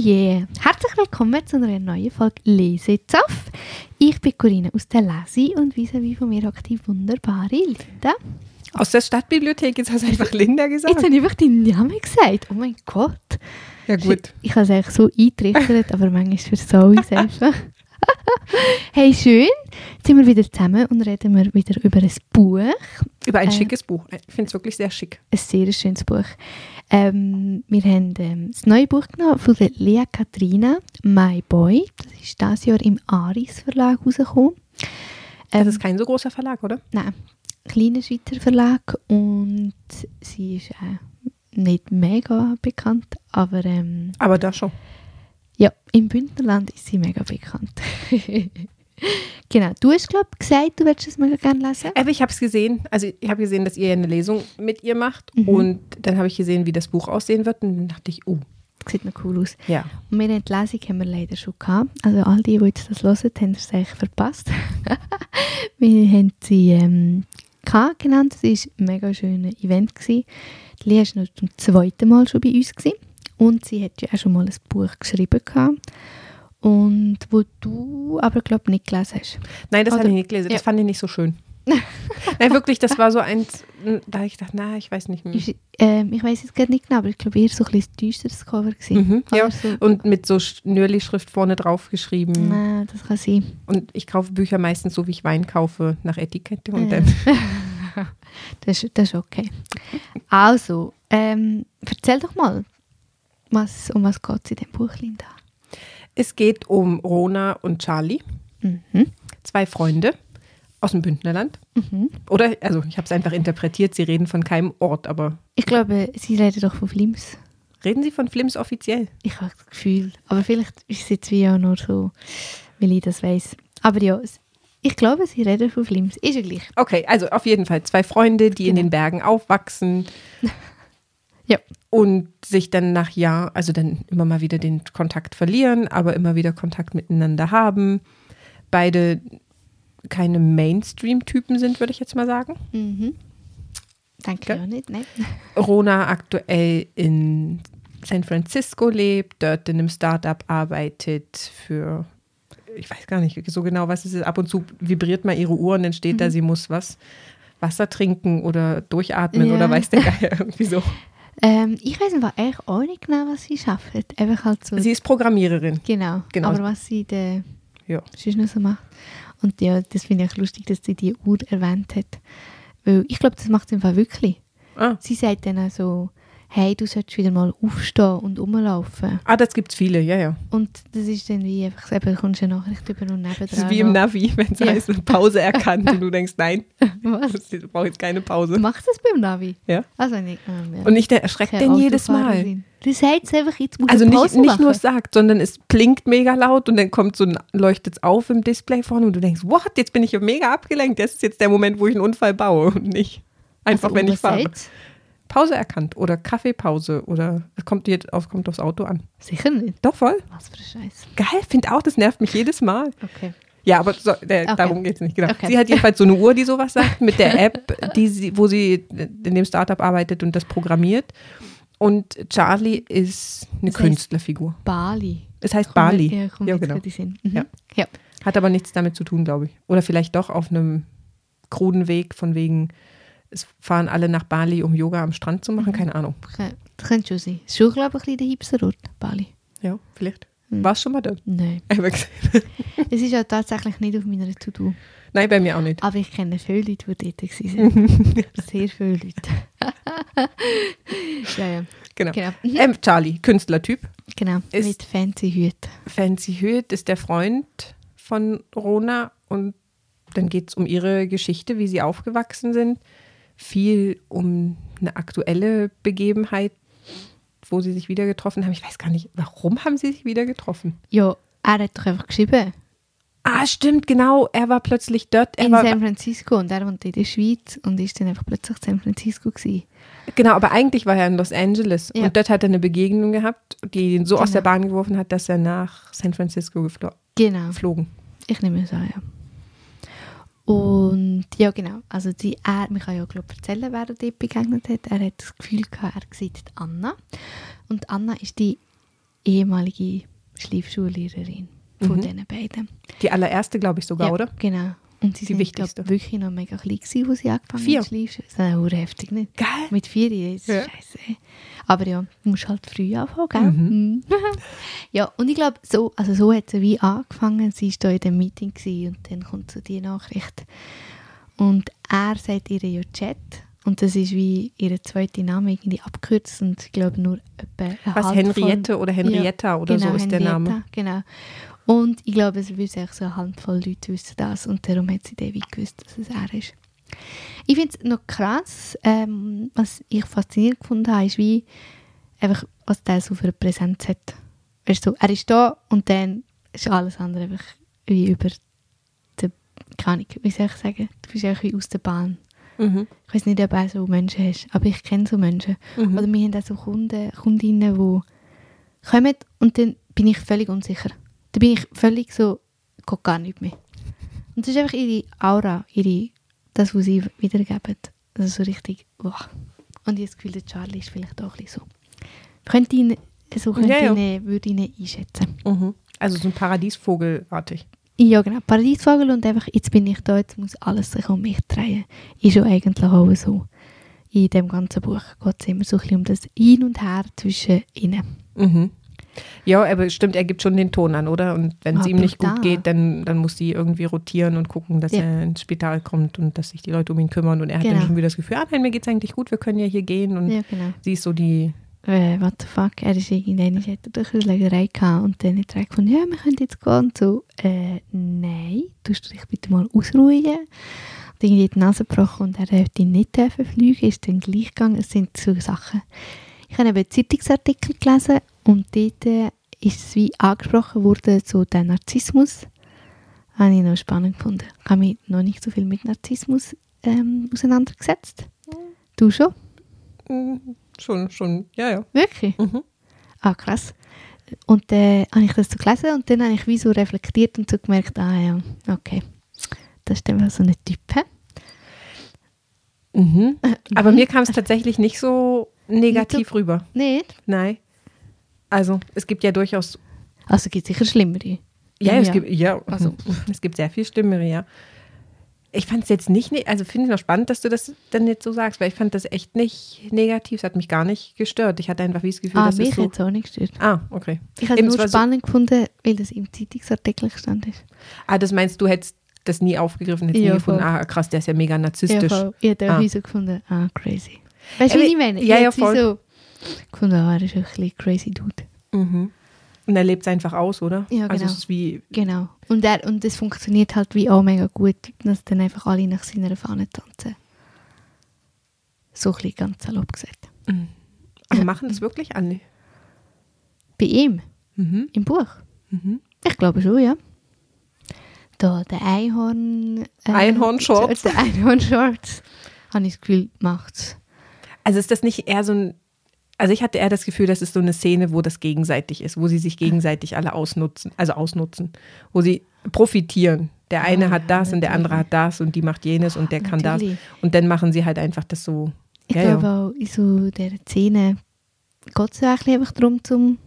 yeah! Herzlich willkommen zu einer neuen Folge Lesezoff. Ich bin Corinna aus der Lesi und vis-à-vis von mir hockt die wunderbare Linda. Aus der Stadtbibliothek, jetzt hast du einfach Linda gesagt. Jetzt habe ich einfach deinen Namen gesagt. Oh mein Gott. Ja gut. Ich habe es eigentlich so eingerichtet, aber manchmal versaue ich es einfach. Hey, schön. Jetzt sind wir wieder zusammen und reden wir wieder über ein Buch. Über ein schickes Buch. Ich finde es wirklich sehr schick. Ein sehr schönes Buch. Wir haben das neue Buch genommen von der Lea Katrina, «My Boy». Das ist dieses Jahr im Aris Verlag rausgekommen. Das ist kein so großer Verlag, oder? Nein, kleiner Schweizer Verlag und sie ist nicht mega bekannt, aber da schon. ja, im Bündnerland ist sie mega bekannt. Genau, du hast, glaube ich, gesagt, du willst es mega gerne lesen. Aber ich habe es gesehen. Also ich habe gesehen, dass ihr eine Lesung mit ihr macht. Und dann habe ich gesehen, wie das Buch aussehen wird. Und dann dachte ich, Das sieht noch cool aus. Ja. Und wir haben die Lesung haben wir leider schon gehabt. Also all die jetzt das hören, haben es eigentlich verpasst. Wir haben sie genannt. Es war ein mega schönes Event gewesen. Die Lea war noch zum zweiten Mal schon bei uns gewesen. Und sie hat ja auch schon mal ein Buch geschrieben gehabt. Und wo du aber, glaube ich, nicht gelesen hast. Nein, das habe ich nicht gelesen. Das fand ich nicht so schön. Nein, wirklich, das war so eins, da habe ich gedacht, ich weiß nicht mehr. Ich weiß jetzt gerade nicht genau, aber ich glaube, eher so ein bisschen düsteres Cover gewesen. Ja, so, und mit so Schnürli-Schrift vorne drauf geschrieben. das kann sein. Und ich kaufe Bücher meistens so, wie ich Wein kaufe, nach Etikette. Und dann das ist okay. Also, erzähl doch mal, um was geht es in dem Buch, Linda? Es geht um Rona und Charlie, 2 Freunde aus dem Bündnerland. Oder, also ich habe es einfach interpretiert, sie reden von keinem Ort, aber... Ich glaube, sie reden doch von Flims. Reden sie von Flims offiziell? Ich habe das Gefühl, aber vielleicht ist es jetzt wie auch nur so, weil ich das weiss. Aber ja, ich glaube, sie reden von Flims. Ist ja gleich. Okay, also auf jeden Fall 2 Freunde, die in den Bergen aufwachsen. Ja. Und sich dann nach Jahr, also dann immer mal wieder den Kontakt verlieren, aber immer wieder Kontakt miteinander haben. Beide keine Mainstream-Typen sind, würde ich jetzt mal sagen. Danke auch nicht, ne? Rona aktuell in San Francisco lebt, dort in einem Startup arbeitet für, ich weiß gar nicht so genau, was es ist. Ab und zu vibriert mal ihre Uhr und dann steht da, sie muss Wasser trinken oder durchatmen oder weiß der Geier irgendwie so. Ich weiß aber eigentlich auch nicht genau, was sie arbeitet. Einfach halt so. Sie ist Programmiererin. Genau. Aber was sie sonst noch so macht. Und ja, das finde ich auch lustig, dass sie die Uhr erwähnt hat. Weil ich glaube, das macht sie im Fall wirklich. Sie sagt dann auch so, hey, du solltest wieder mal aufstehen und rumlaufen. Das gibt es viele, ja. Und das ist dann wie einfach, eben, kommst du eine Nachricht über und nebendran. Das ist wie im Navi, wenn es heißt, Pause erkannt und du denkst, nein, was? du brauchst jetzt keine Pause. Machst du das beim Navi? Ja. Also nicht. Ja. Und ich erschrecke den jedes Mal. Du sagst einfach, jetzt musst also du Pause nicht machen. nur sagt, sondern es blinkt mega laut und dann leuchtet es auf im Display vorne und du denkst, what, jetzt bin ich ja mega abgelenkt. Das ist jetzt der Moment, wo ich einen Unfall baue und nicht einfach, wenn ich fahre. Pause erkannt oder Kaffeepause oder es kommt aufs Auto an. Sicher nicht. Doch, voll. Was für ein Scheiß. Geil, finde auch, das nervt mich jedes Mal. Okay. Ja, aber darum geht es nicht, genau. Okay. Sie hat jedenfalls so eine Uhr, die sowas sagt, mit der App, wo sie in dem Startup arbeitet und das programmiert. Und Charlie ist eine Künstlerfigur. Bali. Es heißt Bali. Ja, genau. Ja. Hat aber nichts damit zu tun, glaube ich. Oder vielleicht doch auf einem kruden Weg von wegen, es fahren alle nach Bali, um Yoga am Strand zu machen. Keine Ahnung. Das könnte schon sein. Es ist schon, glaube ich, ein bisschen der Hipsterort, Bali. Ja, vielleicht. Warst du schon mal dort? Nein. Es ist ja tatsächlich nicht auf meiner To-Do. Nein, bei mir auch nicht. Aber ich kenne viele Leute, die dort waren. Sehr viele Leute. ja. Genau. Charlie, Künstlertyp. Genau, mit Fancy Hüt. Fancy Hüt ist der Freund von Rona und dann geht es um ihre Geschichte, wie sie aufgewachsen sind. Viel um eine aktuelle Begebenheit, wo sie sich wieder getroffen haben. Ich weiß gar nicht, warum haben sie sich wieder getroffen? Ja, er hat doch einfach geschrieben. Stimmt, genau. Er war plötzlich dort. In San Francisco und er wohnt in der Schweiz und ist dann einfach plötzlich in San Francisco gewesen. Genau, aber eigentlich war er in Los Angeles Ja. und dort hat er eine Begegnung gehabt, die ihn so aus der Bahn geworfen hat, dass er nach San Francisco geflogen. Ich nehme es an, ja. Und ja, genau. Also man kann ja, glaube ich, erzählen, wer er dort begegnet hat. Er hat das Gefühl gehabt, er sieht Anna. Und Anna ist die ehemalige Schleifschullehrerin von diesen beiden. Die allererste, glaube ich sogar, oder? Genau. Und sie Die sind wichtigste. glaub, wirklich noch mega klein gewesen, wo sie angefangen 4. haben zu schleifen. Das ist ja heftig, nicht? Geil. Mit 4, das ist Ja. scheiße. Aber ja, du musst halt früh anfangen, gell? Mhm. Ja, und ich glaube, so hat sie wie angefangen. Sie war da in dem Meeting gewesen, und dann kommt so die Nachricht. Und er sagt ihr ja Chat. Und das ist wie ihr zweiter Name irgendwie abgekürzt. Und ich glaube nur etwa eine Was, Handvoll- Henriette oder Henrietta oder genau, so ist der Name. Henrietta, genau. Und ich glaube, es würde so eine Handvoll Leute wissen das. Und darum hat sie David gewusst, dass es er ist. Ich finde es noch krass, was ich faszinierend gefunden habe, ist wie einfach, was der so für eine Präsenz hat. Weißt du, er ist da und dann ist alles andere einfach wie über die, keine Ahnung, wie soll ich sagen, du bist einfach wie aus der Bahn. Mhm. Ich weiß nicht, ob du auch so Menschen hast, aber ich kenne so Menschen. Oder wir haben auch so Kundinnen, die kommen und dann bin ich völlig unsicher. Da bin ich völlig so, geht gar nicht mehr. Und das ist einfach ihre Aura, das, was sie wiedergeben. Also so richtig, wow. Und ich habe das Gefühl, der Charlie ist vielleicht auch ein bisschen so. Würde ihn einschätzen. Mhm. Also so ein Paradiesvogelartig. Ja, genau. Paradiesvogel und einfach, jetzt bin ich da, jetzt muss alles sich um mich drehen. Ist ja eigentlich auch so. In dem ganzen Buch geht es immer so ein bisschen um das Hin und Her zwischen ihnen. Mhm. Ja, aber stimmt, er gibt schon den Ton an, oder? Und wenn es ihm nicht gut brutal. geht, dann muss sie irgendwie rotieren und gucken, dass er ins Spital kommt und dass sich die Leute um ihn kümmern. Und er hat dann schon wieder das Gefühl, nein, mir geht es eigentlich gut, wir können ja hier gehen. Und Ja, genau. sie ist so die... What the fuck, er ist irgendwann, hat er durch eine Schlägerei gehabt und dann hat er gefunden, ja, wir können jetzt gehen und so, nein, tust du dich bitte mal ausruhen. Und irgendwie die Nase gebrochen und er durfte nicht fliegen, ist dann gleich gegangen. Es sind so Sachen. Ich habe eben Zeitungsartikel gelesen und dort ist es wie angesprochen worden, so der Narzissmus. Habe ich noch spannend gefunden. Ich habe mich noch nicht so viel mit Narzissmus auseinandergesetzt. Du schon? Schon, ja. Wirklich? Mhm. Ah, krass. Und dann habe ich das so gelesen und dann habe ich wie so reflektiert und so gemerkt, ja, okay, das ist einfach so ein Typ. Mhm. Aber mir kam es tatsächlich nicht so negativ rüber. Nicht? Nein. Also, es gibt ja durchaus... Also gibt es sicher Schlimmere. Es gibt sehr viel Schlimmere, ja. Ich fand es jetzt nicht, also finde ich noch spannend, dass du das dann jetzt so sagst, weil ich fand das echt nicht negativ, es hat mich gar nicht gestört. Ich hatte einfach wie das Gefühl, dass mich es so... hat es auch nicht gestört. Ah, okay. Ich habe es nur spannend gefunden, weil das im Zeitungsartikel stand ist. Das meinst du, hättest das nie aufgegriffen, hättest nie gefunden, krass, der ist ja mega narzisstisch. Ja, ich hätte auch wie so gefunden, crazy. Weißt du, wie ich meine? Ja, voll. So gefunden, er ist ein bisschen crazy Dude. Mhm. Und er lebt es einfach aus, oder? Ja, genau. Also es ist wie... Genau. Und das funktioniert halt wie auch mega gut, dass dann einfach alle nach seiner Fahne tanzen. So ein bisschen ganz salopp gesagt. Mhm. Aber machen das wirklich alle? Bei ihm? Mhm. Im Buch? Mhm. Ich glaube schon, ja. Da der Einhorn-Shorts. Der Einhorn-Shorts, habe ich das Gefühl, macht's. Also ist das nicht eher so ein... Also ich hatte eher das Gefühl, das ist so eine Szene, wo das gegenseitig ist, wo sie sich gegenseitig alle ausnutzen, wo sie profitieren. Der eine hat das und der andere hat das und die macht jenes und der kann das. Und dann machen sie halt einfach das so. Ich glaube auch in so dieser Szene geht es eigentlich einfach darum,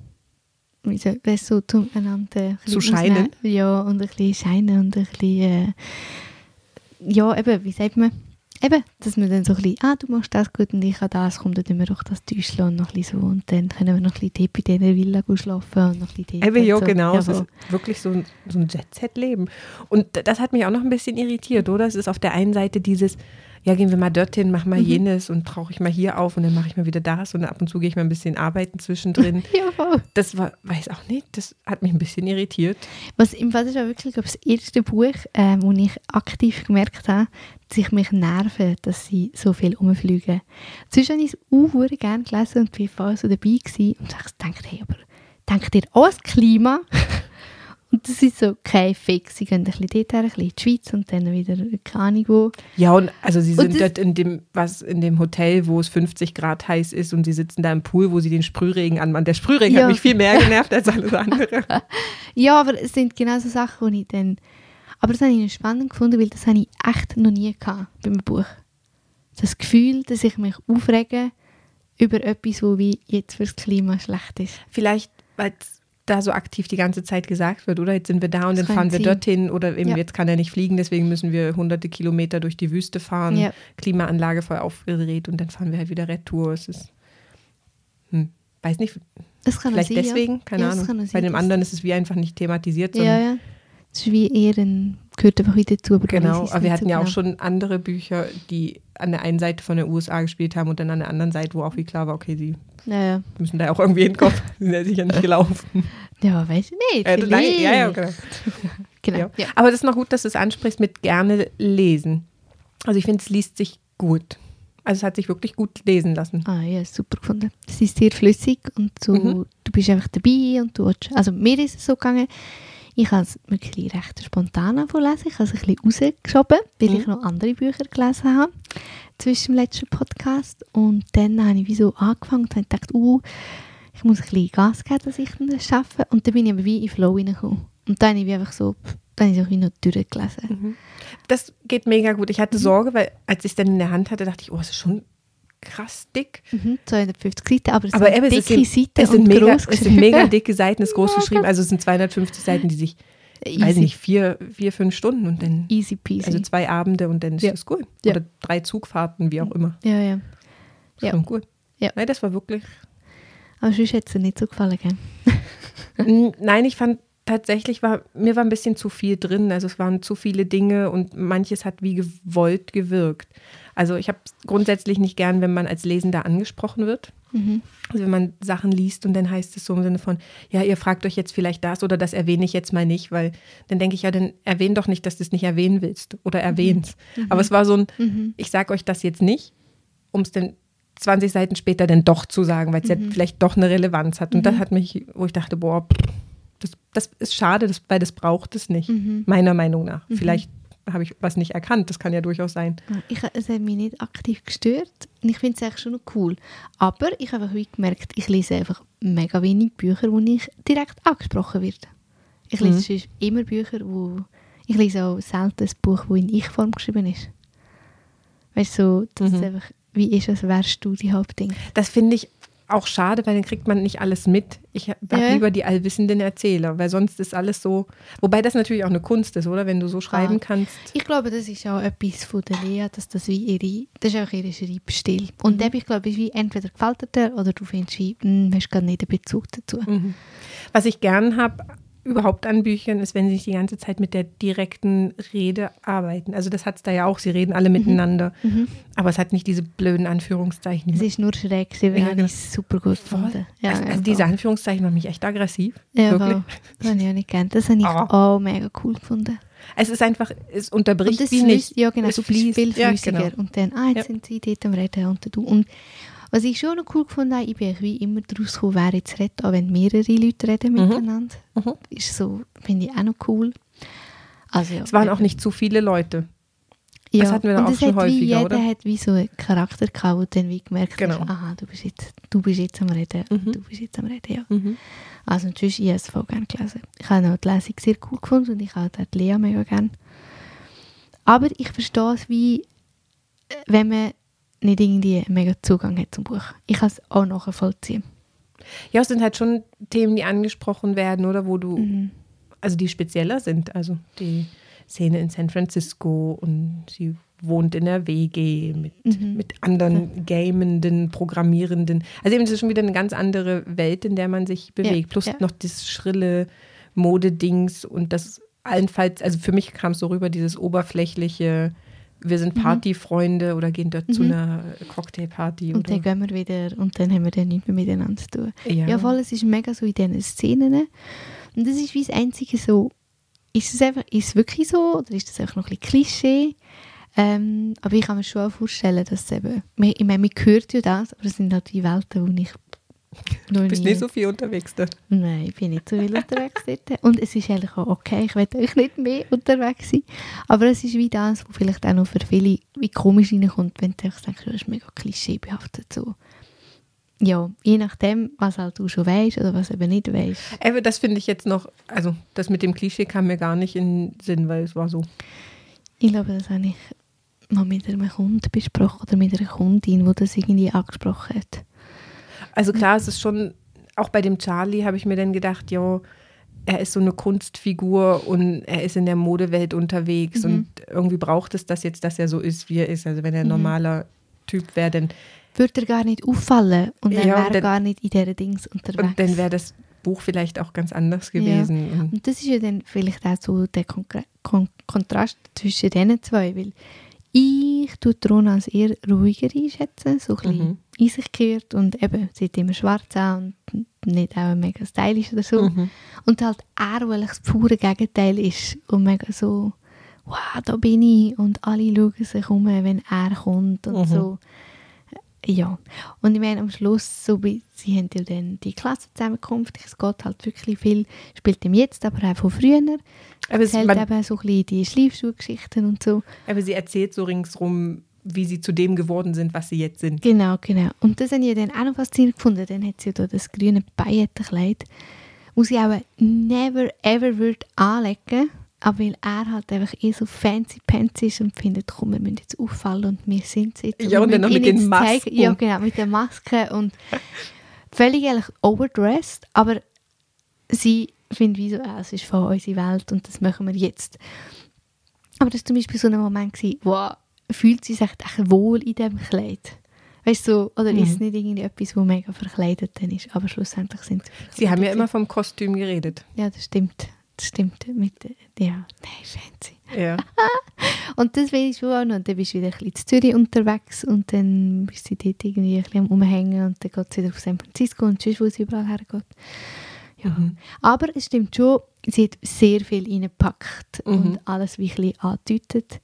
zueinander zu scheinen. Ja, und ein bisschen scheinen und ein bisschen, ja, eben, wie sagt man? Eben, dass man dann so ein bisschen, du machst das gut und ich kann das, komm, dann tun wir doch das Täuscheln und noch ein bisschen so und dann können wir noch ein bisschen dort bei dieser Villa schlafen und noch ein bisschen dort. Eben, ja, so. Genau, Ja, es ist wirklich so ein Jet-Set-Leben. Und das hat mich auch noch ein bisschen irritiert, oder? Es ist auf der einen Seite dieses, ja, gehen wir mal dorthin, mach mal jenes und tauche ich mal hier auf und dann mache ich mal wieder das und ab und zu gehe ich mal ein bisschen arbeiten zwischendrin. Ja, voll. Das war, weiß auch nicht, das hat mich ein bisschen irritiert. Was im Fall ist auch wirklich, glaube ich, das erste Buch, wo ich aktiv gemerkt habe, dass ich mich nerve, dass sie so viel rumfliegen. Sonst habe ich es auch gerne gelesen und bin voll so dabei gewesen und ich dachte, hey, aber denkt ihr auch ans Klima? Und das ist so kein Fix. Sie gehen ein bisschen dorthin, ein bisschen in die Schweiz und dann wieder keine Ahnung wo. Ja, und also sie sind dort in dem Hotel, wo es 50 Grad heiß ist und sie sitzen da im Pool, wo sie den Sprühregen anmachen. Der Sprühregen hat mich viel mehr genervt als alles andere. Ja, aber es sind genau so Sachen, die ich dann... Aber das habe ich spannend gefunden, weil das habe ich echt noch nie gehabt beim Buch. Das Gefühl, dass ich mich aufrege über etwas, wo wie jetzt fürs Klima schlecht ist. Vielleicht weil da so aktiv die ganze Zeit gesagt wird, oder? Jetzt sind wir da und Das dann fahren wir kann dorthin oder eben Ja. jetzt kann er nicht fliegen, deswegen müssen wir hunderte Kilometer durch die Wüste fahren, Ja. Klimaanlage voll aufgedreht und dann fahren wir halt wieder retour. Es ist, weiß nicht, Das kann vielleicht auch sein, deswegen, keine Ja, das Ahnung. kann auch Bei sein, dem dass- anderen ist es wie einfach nicht thematisiert, Ja, sondern ja. Das ist wie eher gehört einfach wieder dazu. Aber genau, du weißt es aber wir nicht hatten so ja auch genau. schon andere Bücher, die an der einen Seite von der USA gespielt haben und dann an der anderen Seite, wo auch wie klar war, okay, sie Ja, müssen da auch irgendwie hinkommen. Sie sind ja sicher nicht gelaufen. ja, weiß ich nicht. Nein, vielleicht. ja, genau. Genau. Ja. Ja. Aber das ist noch gut, dass du es ansprichst mit gerne lesen. Also ich finde, es liest sich gut. Also es hat sich wirklich gut lesen lassen. Ah ja, super gefunden. Es ist sehr flüssig und so, du bist einfach dabei und du willst, also mir ist es so gegangen, ich habe es wirklich recht spontan angefangen lesen. Ich habe es ein bisschen rausgeschoben, weil ich noch andere Bücher gelesen habe zwischen dem letzten Podcast. Und dann habe ich wie so angefangen und habe gedacht, ich muss ein bisschen Gas geben, dass ich das schaffe. Und dann bin ich aber wie in den Flow reingekommen. Und dann habe ich wie einfach so, dann habe ich so wie noch durchgelesen. Das geht mega gut. Ich hatte Sorge, weil als ich es dann in der Hand hatte, dachte ich, oh, es ist schon krass dick. 250 Seiten, aber es Aber sind eben, dicke Seiten es sind und mega, gross es sind geschrieben. mega dicke Seiten, es ist groß geschrieben. Also es sind 250 Seiten, die sich, weiß Easy. nicht, 4-5 Stunden und dann, Easy peasy. also 2 Abende und dann ist Ja. das gut. Ja. Oder 3 Zugfahrten, wie auch immer. ja, ja. Ja. Schon gut. Ja. Nein, das war wirklich. Aber sonst hätte es dir nicht so gefallen, gell? Nein, ich fand tatsächlich, mir war ein bisschen zu viel drin. Also es waren zu viele Dinge und manches hat wie gewollt gewirkt. Also ich habe es grundsätzlich nicht gern, wenn man als Lesender angesprochen wird. Also wenn man Sachen liest und dann heißt es so im Sinne von, ja, ihr fragt euch jetzt vielleicht das oder das erwähne ich jetzt mal nicht, weil dann denke ich ja, dann erwähn doch nicht, dass du es nicht erwähnen willst oder erwähnst. Aber es war so ein, ich sage euch das jetzt nicht, um es dann 20 Seiten später dann doch zu sagen, weil es ja vielleicht doch eine Relevanz hat. Und das hat mich, wo ich dachte, boah, das ist schade, weil das braucht es nicht, meiner Meinung nach. Vielleicht habe ich was nicht erkannt, das kann ja durchaus sein. Es hat mich nicht aktiv gestört und ich finde es eigentlich schon noch cool. Aber ich habe einfach wie gemerkt, ich lese einfach mega wenig Bücher, wo ich direkt angesprochen werde. Ich lese sonst immer Bücher, ich lese auch selten ein Buch, das in Ich-Form geschrieben ist. Weißt du, so, dass es einfach wie ist, als wärst du die Hauptding. Das finde ich auch schade, weil dann kriegt man nicht alles mit. Ich habe lieber die allwissenden Erzähler, weil sonst ist alles so, wobei das natürlich auch eine Kunst ist, oder? Wenn du so schreiben kannst. Ich glaube, das ist auch etwas von der Lea, dass das wie das ist auch ihre Schreibstil. Und ich glaube, ist wie entweder gefällt dir oder du findest wie, hast gar nicht den Bezug dazu. Was ich gern habe, überhaupt an Büchern, ist, wenn sie nicht die ganze Zeit mit der direkten Rede arbeiten. Also das hat es da ja auch, sie reden alle miteinander. Aber es hat nicht diese blöden Anführungszeichen. Es ist nur schräg, sie Ja, habe ich super gut gefunden. Ja, also diese Anführungszeichen machen mich echt aggressiv. ja, Wirklich. voll. Das habe ich auch nicht gern. Das habe ich auch mega cool gefunden. Es ist einfach, es unterbricht Und das wie nicht. Ja, genau, Es du bist viel fließt. flüssiger. Ja, genau. Und dann, jetzt sind sie dort am Reden und du. Und was ich schon noch cool gefunden habe, ich bin wie immer daraus gekommen, wer jetzt redet, auch wenn mehrere Leute reden miteinander. Ist so, finde ich auch noch cool. Also, ja, Es waren auch nicht zu viele Leute. ja. das hatten wir und auch es schon hat wie, häufiger, jeder oder? hat wie so einen Charakter gehabt, wo dann wie gemerkt Genau. hast, aha, du bist jetzt am Reden, du bist jetzt am Reden, ja. Also natürlich, ich habe es voll gerne gelesen. Ich habe auch die Lesung sehr cool gefunden und ich habe auch die Lea mega gerne. Aber ich verstehe es wie, wenn man nicht irgendwie einen mega Zugang hat zum Buch. Ich kann es auch nachvollziehen. Ja, es sind halt schon Themen, die angesprochen werden, oder wo du, also die spezieller sind. Also die Szene in San Francisco und sie wohnt in der WG mit anderen gamenden, programmierenden. Also eben, es ist schon wieder eine ganz andere Welt, in der man sich bewegt. Plus noch das schrille Modedings und das allenfalls, also für mich kam es so rüber, dieses oberflächliche, wir sind Partyfreunde oder gehen dort zu einer Cocktailparty. Und oder? dann gehen wir wieder und dann haben wir dann nichts mehr miteinander zu tun. Ja. Ja, voll, es ist mega so in diesen Szenen. Und das ist wie das Einzige so, ist es wirklich so oder ist das einfach noch ein bisschen Klischee? Aber ich kann mir schon auch vorstellen, dass es eben, ich meine, man hört ja das, aber es sind halt die Welten, wo ich noch Du bist nie... nicht so viel unterwegs da. Nein, ich bin nicht so viel unterwegs dort. Und es ist eigentlich auch okay, ich will euch nicht mehr unterwegs sein. Aber es ist wie das, was vielleicht auch noch für viele wie komisch reinkommt, wenn du denkst, das ist mega klischeebehaftet. So. Ja, je nachdem, was halt du schon weißt oder was eben nicht weißt. Eben, das finde ich jetzt noch, also das mit dem Klischee kam mir gar nicht in den Sinn, weil es war so. Ich glaube, das habe ich mal mit einem Kunden besprochen oder mit einer Kundin, die das irgendwie angesprochen hat. Also klar, es ist schon auch bei dem Charlie habe ich mir dann gedacht, ja, er ist so eine Kunstfigur und er ist in der Modewelt unterwegs und irgendwie braucht es das jetzt, dass er so ist, wie er ist. Also wenn er ein normaler Typ wäre, dann würde er gar nicht auffallen und dann wäre er gar nicht in dieser Dings unterwegs. Und dann wäre das Buch vielleicht auch ganz anders gewesen. Ja. Und das ist ja dann vielleicht auch so der Kontrast zwischen diesen zwei, weil ich tue Rona als eher ruhiger einschätzen, so ein bisschen in sich gekehrt und eben, sieht immer schwarz an und nicht auch mega stylisch oder so. Und halt er, weil das pure Gegenteil ist und mega so, wow, da bin ich und alle schauen sich um, wenn er kommt und so. Ja, und ich meine, am Schluss, so sie haben ja dann die Klassenzusammenkunft, es geht halt wirklich viel, spielt ihm jetzt, aber auch von früher. Aber es erzählt eben so ein bisschen die Schleifschuhgeschichten und so. Aber sie erzählt so ringsrum, wie sie zu dem geworden sind, was sie jetzt sind. Genau. Und das habe ich dann auch noch faszinierend gefunden. Dann hat sie ja da das grüne Paillettenkleid, das sie auch never ever würde anlegen, aber weil er halt einfach so fancy-pancy ist und findet, komm, wir müssen jetzt auffallen und wir sind es jetzt. Ja, und dann noch mit den Masken. Ja, genau, mit den Masken und völlig eigentlich overdressed, aber sie findet wie so, es ist von unserer Welt und das machen wir jetzt. Aber das war zum Beispiel so ein Moment, wo fühlt sie sich echt wohl in diesem Kleid? Weißt du, so, oder ist es nicht irgendwie etwas, das mega verkleidet dann ist, aber schlussendlich sind sie haben ja immer vom Kostüm geredet. Ja, das stimmt. Fancy. Ja. Und das will ich schon auch noch. Und dann bist du wieder ein bisschen in Zürich unterwegs und dann bist du dort irgendwie ein bisschen am Umhängen und dann geht es wieder auf San Francisco und sonst, wo es überall hergeht. Ja. Aber es stimmt schon, sie hat sehr viel reingepackt und alles wie ein bisschen angedeutet.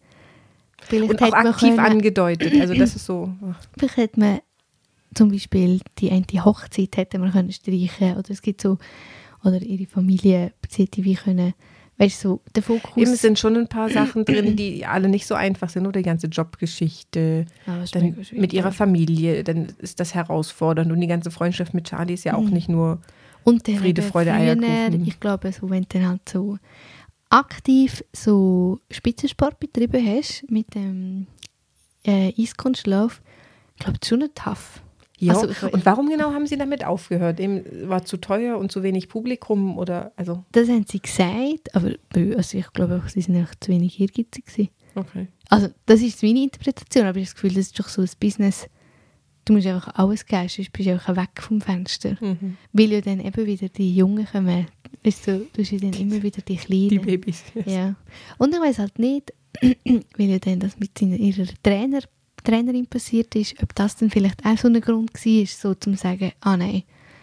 Und auch aktiv angedeutet. Also das ist so. Vielleicht hätte man zum Beispiel die eine Hochzeit hätte man können streichen oder es gibt so, oder ihre Familie hätte wie können, weißt du, so der Fokus. Eben, es sind schon ein paar Sachen drin, die alle nicht so einfach sind, oder die ganze Jobgeschichte, dann mit ihrer Familie, dann ist das herausfordernd und die ganze Freundschaft mit Charlie ist ja auch nicht nur und Friede, Freude, Eierkuchen. Ich glaube, so, wenn du dann halt so aktiv so Spitzensport betrieben hast mit dem Eiskunstlauf, ich glaube, das ist schon tough. Ja, also, und warum genau haben sie damit aufgehört? Eben, war zu teuer und zu wenig Publikum oder also? Das haben sie gesagt, aber also ich glaube auch, sie sind einfach zu wenig ehrgeizig gewesen. Okay. Also das ist meine Interpretation, aber ich habe das Gefühl, das ist doch so ein Business, du musst einfach alles geben, sonst bist du einfach weg vom Fenster. Weil ja dann eben wieder die Jungen kommen, weißt du hast ja dann immer wieder die Kleinen. Die Babys. Yes. Ja. Und ich weiss halt nicht, weil ja dann das mit ihrer Trainerin passiert ist, ob das dann vielleicht auch so ein Grund war, so zum sagen, nein.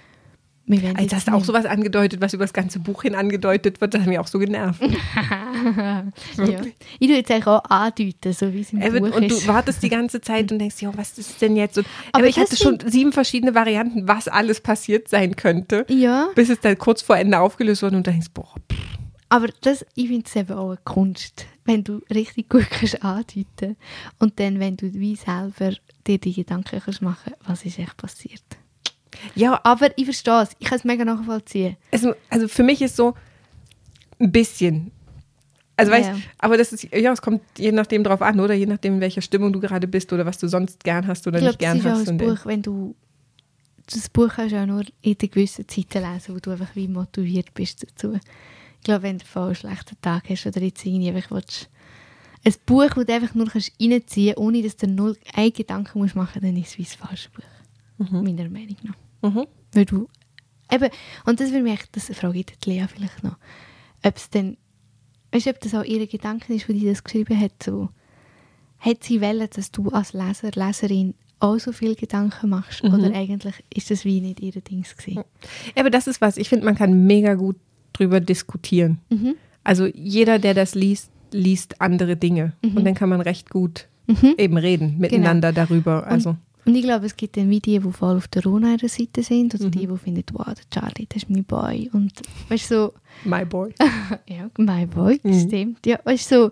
Also hast du auch sowas angedeutet, was über das ganze Buch hin angedeutet wird, das hat mich auch so genervt. Ja. Ich tue jetzt eigentlich auch andeuten, so wie es im Buch ist. Und du wartest die ganze Zeit und denkst, was ist denn jetzt? Aber ich hatte schon 7 verschiedene Varianten, was alles passiert sein könnte, bis es dann kurz vor Ende aufgelöst wurde und du denkst, Aber ich finde es eben auch eine Kunst, wenn du richtig gut kannst andeuten und dann, wenn du wie selber dir die Gedanken kannst machen, was ist echt passiert. Ja, aber ich verstehe es. Ich kann es mega nachvollziehen. Also für mich ist so ein bisschen. Also weißt, aber das ist, es kommt je nachdem drauf an, oder? Je nachdem, in welcher Stimmung du gerade bist oder was du sonst gern hast oder nicht gern hast. Ich glaube, das ist auch ein Buch, wenn du das Buch kannst du auch nur in der gewissen Zeit lesen, wo du einfach wie motiviert bist dazu. Ich glaube, wenn du voll einen schlechten Tag hast oder jetzt irgendwie einfach willst, ein Buch, das du einfach nur reinziehen kannst, ohne dass du null einen Gedanken machen musst, dann ist es wie ein falsches Buch. Meiner Meinung nach. Weil du, eben, und das will mich echt, das frage ich die Lea vielleicht noch, ob es denn, weißt du, ob das auch ihre Gedanken ist, die das geschrieben hat, so, hat sie wollen, dass du als Leser, Leserin auch so viel Gedanken machst, oder eigentlich ist das wie nicht ihr Dings gewesen? Aber das ist was, ich finde, man kann mega gut drüber diskutieren. Also jeder, der das liest andere Dinge und dann kann man recht gut eben reden miteinander darüber, also. Und ich glaube, es gibt dann wie die voll auf der Rona Seite sind oder die finden, wow, der Charlie, das ist mein Boy. Und weißt du so... My Boy. Ja, my Boy, stimmt. Ja, weißt du so...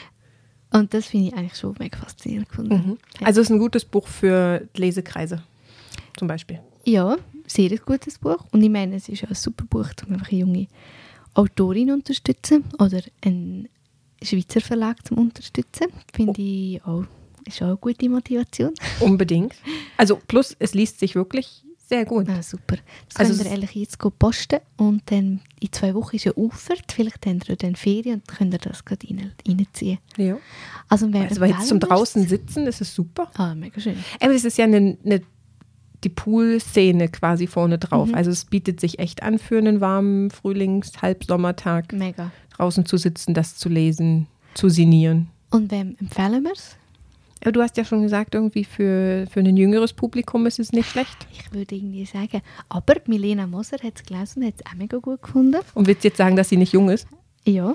Und das finde ich eigentlich schon mega faszinierend gefunden. Ja. Also es ist ein gutes Buch für Lesekreise, zum Beispiel. Ja, sehr ein gutes Buch. Und ich meine, es ist ja ein super Buch, um einfach eine junge Autorin unterstützen oder einen Schweizer Verlag zum unterstützen. Finde ich auch... Ist auch eine gute Motivation. Unbedingt. Also plus, es liest sich wirklich Sehr gut. Ah, super. Das Also könnt ihr ehrlich jetzt posten und dann in 2 Wochen ist ja Auffahrt. Vielleicht habt ihr dann Ferien und könnt ihr das gerade reinziehen. Ja. Also jetzt zum draußen sitzen, das ist super. Ah, mega schön. Aber es ist ja die Pool-Szene quasi vorne drauf. Mhm. Also es bietet sich echt an für einen warmen Frühlings-Halbsommertag Mega. draußen zu sitzen, das zu lesen, zu sinnieren. Und wem empfehlen wir es? Aber du hast ja schon gesagt, irgendwie für ein jüngeres Publikum ist es nicht schlecht. Ich würde irgendwie sagen, aber Milena Moser hat es gelesen und hat es auch mega gut gefunden. Und willst du jetzt sagen, dass sie nicht jung ist? Ja.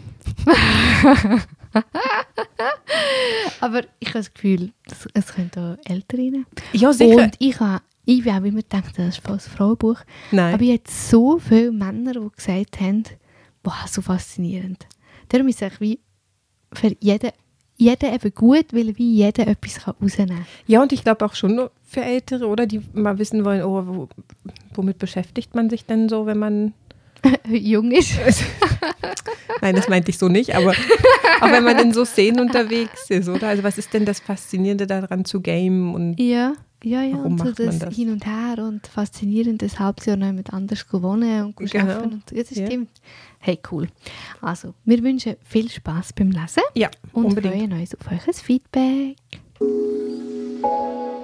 Aber ich habe das Gefühl, es können auch Ältere rein. Ja, sicher. Und ich habe auch immer gedacht, das ist fast ein Frauenbuch. Nein. Aber jetzt so viele Männer, die gesagt haben, wow, so faszinierend. Darum ist es eigentlich wie für jeden eben gut, weil wie jeder etwas rausnehmen kann. Ja, und ich glaube auch schon für Ältere, oder? Die mal wissen wollen, womit beschäftigt man sich denn so, wenn man jung ist. Nein, das meinte ich so nicht, aber auch wenn man in so Szenen unterwegs ist, oder? Also was ist denn das Faszinierende daran zu gamen? Und Ja. Warum Und so macht man das das? Hin und Her und faszinierend, das Halbjahr noch mit anders gewonnen und Genau. arbeiten. Und ja, das Ja. stimmt. Hey, cool. Also, wir wünschen viel Spaß beim Lesen ja, und unbedingt. freuen uns auf euer Feedback.